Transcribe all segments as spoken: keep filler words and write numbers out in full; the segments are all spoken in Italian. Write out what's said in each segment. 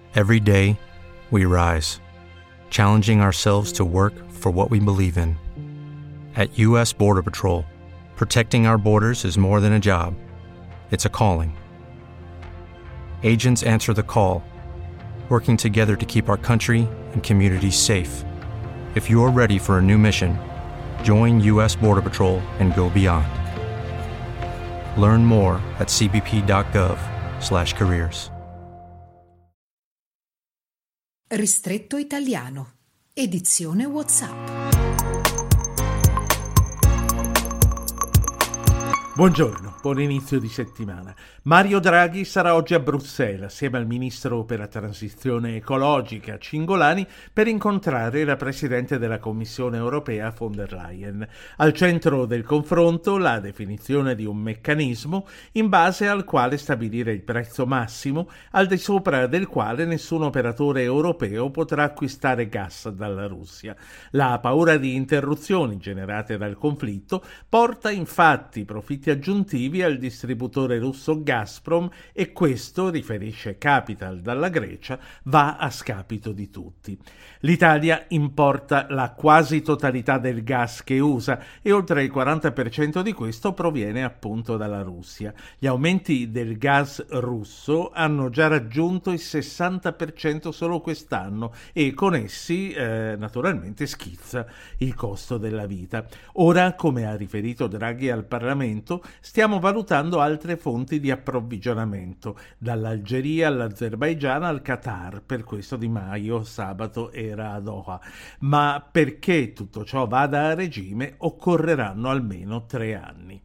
Every day, we rise, challenging ourselves to work for what we believe in. At U S Border Patrol, protecting our borders is more than a job. It's a calling. Agents answer the call, working together to keep our country and communities safe. If you're ready for a new mission, join U S Border Patrol and go beyond. Learn more at c b p dot gov slash careers. Ristretto Italiano, edizione WhatsApp. Buongiorno, buon inizio di settimana. Mario Draghi sarà oggi a Bruxelles assieme al ministro per la transizione ecologica Cingolani per incontrare la presidente della Commissione europea von der Leyen. Al centro del confronto la definizione di un meccanismo in base al quale stabilire il prezzo massimo al di sopra del quale nessun operatore europeo potrà acquistare gas dalla Russia. La paura di interruzioni generate dal conflitto porta infatti profitti aggiuntivi al distributore russo Gazprom e questo, riferisce Capital dalla Grecia, va a scapito di tutti. L'Italia importa la quasi totalità del gas che usa e oltre il quaranta per cento di questo proviene appunto dalla Russia. Gli aumenti del gas russo hanno già raggiunto il sessanta per cento solo quest'anno e con essi eh, naturalmente schizza il costo della vita. Ora, come ha riferito Draghi al Parlamento, stiamo valutando altre fonti di approvvigionamento, dall'Algeria all'Azerbaigian al Qatar. Per questo Di Maio sabato era a Doha. Ma perché tutto ciò vada a regime occorreranno almeno tre anni.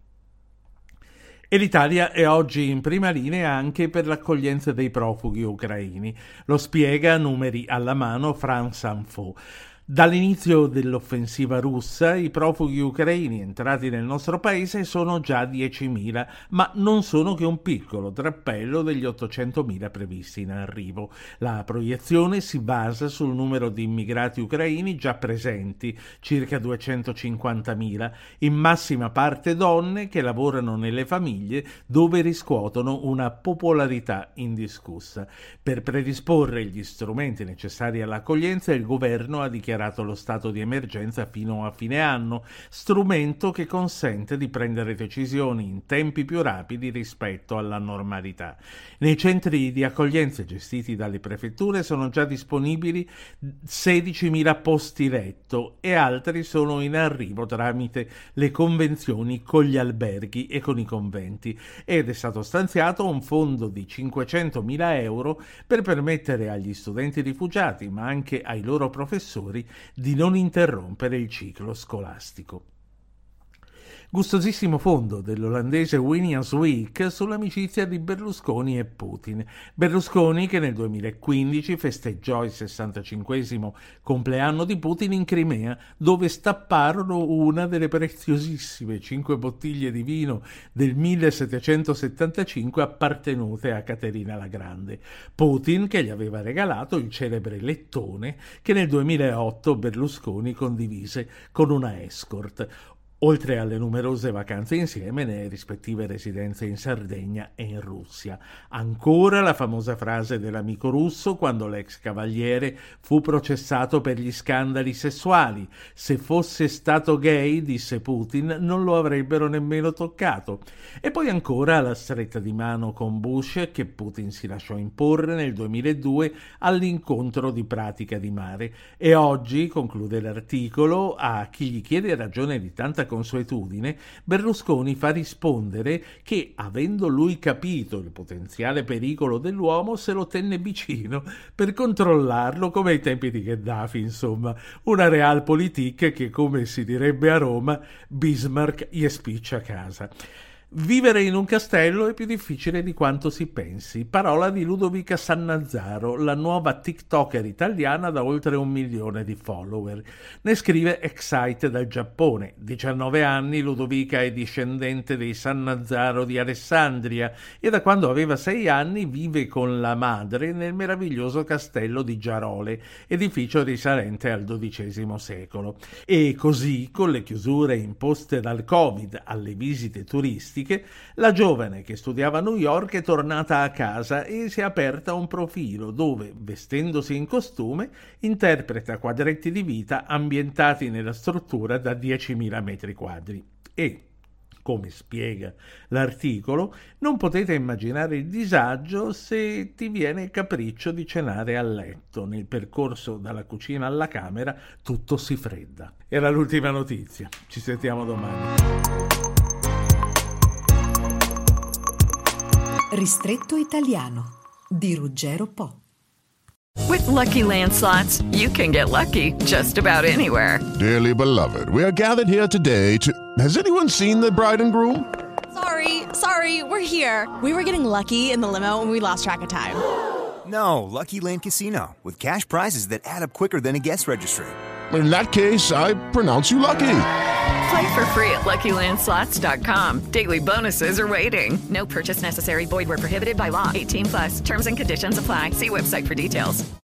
E l'Italia è oggi in prima linea anche per l'accoglienza dei profughi ucraini. Lo spiega, numeri alla mano, France Info. Dall'inizio dell'offensiva russa i profughi ucraini entrati nel nostro paese sono già diecimila, ma non sono che un piccolo drappello degli ottocentomila previsti in arrivo. La proiezione si basa sul numero di immigrati ucraini già presenti, circa duecentocinquantamila, in massima parte donne che lavorano nelle famiglie dove riscuotono una popolarità indiscussa. Per predisporre gli strumenti necessari all'accoglienza il governo ha dichiarato lo stato di emergenza fino a fine anno, strumento che consente di prendere decisioni in tempi più rapidi rispetto alla normalità. Nei centri di accoglienza gestiti dalle prefetture sono già disponibili sedicimila posti letto e altri sono in arrivo tramite le convenzioni con gli alberghi e con i conventi, ed è stato stanziato un fondo di cinquecentomila euro per permettere agli studenti rifugiati, ma anche ai loro professori, di non interrompere il ciclo scolastico. Gustosissimo fondo dell'olandese Winnie's Week sull'amicizia di Berlusconi e Putin. Berlusconi, che nel duemilaquindici festeggiò il sessantacinquesimo compleanno di Putin in Crimea, dove stapparono una delle preziosissime cinque bottiglie di vino del millesettecentosettantacinque appartenute a Caterina la Grande. Putin che gli aveva regalato il celebre lettone che nel duemilaotto Berlusconi condivise con una escort, oltre alle numerose vacanze insieme nelle rispettive residenze in Sardegna e in Russia. Ancora la famosa frase dell'amico russo quando l'ex cavaliere fu processato per gli scandali sessuali: se fosse stato gay, disse Putin, non lo avrebbero nemmeno toccato. E poi ancora la stretta di mano con Bush che Putin si lasciò imporre nel duemiladue all'incontro di Pratica di Mare. E oggi, conclude l'articolo, a chi gli chiede ragione di tanta consuetudine, Berlusconi fa rispondere che, avendo lui capito il potenziale pericolo dell'uomo, se lo tenne vicino per controllarlo come ai tempi di Gheddafi, insomma, una realpolitik che, come si direbbe a Roma, Bismarck gli spiccia a casa. Vivere in un castello è più difficile di quanto si pensi. Parola di Ludovica Sannazzaro, la nuova TikToker italiana da oltre un milione di follower. Ne scrive Excite dal Giappone. diciannove anni, Ludovica è discendente dei Sannazzaro di Alessandria e da quando aveva sei anni vive con la madre nel meraviglioso castello di Giarole, edificio risalente al dodicesimo secolo. E così, con le chiusure imposte dal Covid alle visite turistiche, artistiche, la giovane che studiava a New York è tornata a casa e si è aperta un profilo dove, vestendosi in costume, interpreta quadretti di vita ambientati nella struttura da diecimila metri quadri. E, come spiega l'articolo, non potete immaginare il disagio se ti viene capriccio di cenare a letto. Nel percorso dalla cucina alla camera tutto si fredda. Era l'ultima notizia. Ci sentiamo domani. Ristretto Italiano di Ruggero Po. With Lucky Land Slots, you can get lucky just about anywhere. Dearly beloved, we are gathered here today to... Has anyone seen the bride and groom? Sorry, sorry, we're here. We were getting lucky in the limo and we lost track of time. No, Lucky Land Casino, with cash prizes that add up quicker than a guest registry. In that case, I pronounce you lucky. Play for free at lucky land slots dot com. Daily bonuses are waiting. No purchase necessary. Void where prohibited by law. eighteen plus. Terms and conditions apply. See website for details.